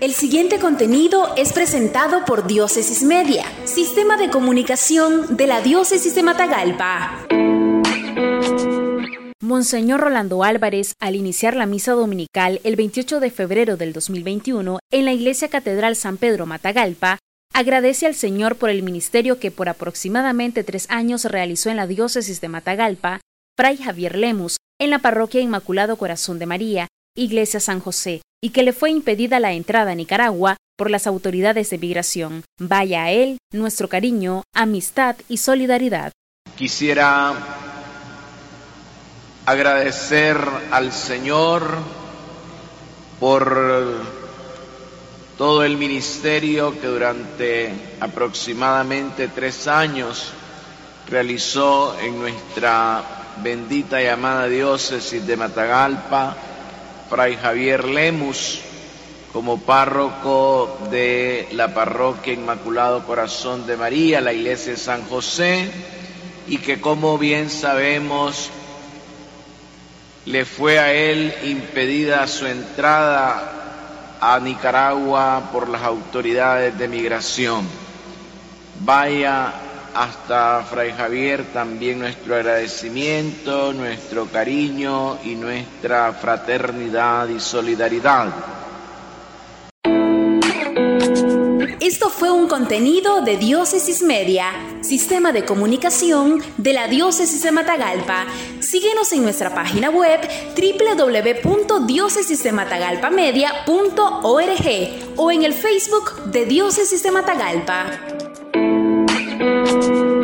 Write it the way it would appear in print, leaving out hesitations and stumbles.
El siguiente contenido es presentado por Diócesis Media, Sistema de Comunicación de la Diócesis de Matagalpa. Monseñor Rolando Álvarez, al iniciar la misa dominical el 28 de febrero del 2021 en la Iglesia Catedral San Pedro Matagalpa, agradece al Señor por el ministerio que por aproximadamente 3 años realizó en la Diócesis de Matagalpa, Fray Javier Lemus, en la Parroquia Inmaculado Corazón de María, Iglesia San José, y que le fue impedida la entrada a Nicaragua por las autoridades de migración. Vaya a él nuestro cariño, amistad y solidaridad. Quisiera agradecer al Señor por todo el ministerio que durante aproximadamente 3 años realizó en nuestra bendita y amada diócesis de Matagalpa, Fray Javier Lemus, como párroco de la Parroquia Inmaculado Corazón de María, la Iglesia de San José, y que, como bien sabemos, le fue a él impedida su entrada a Nicaragua por las autoridades de migración. Vaya hasta Fray Javier también nuestro agradecimiento, nuestro cariño y nuestra fraternidad y solidaridad. Esto fue un contenido de Diócesis Media, Sistema de Comunicación de la Diócesis de Matagalpa. Síguenos en nuestra página web www.diocesisdematagalpamedia.org o en el Facebook de Diócesis de Matagalpa.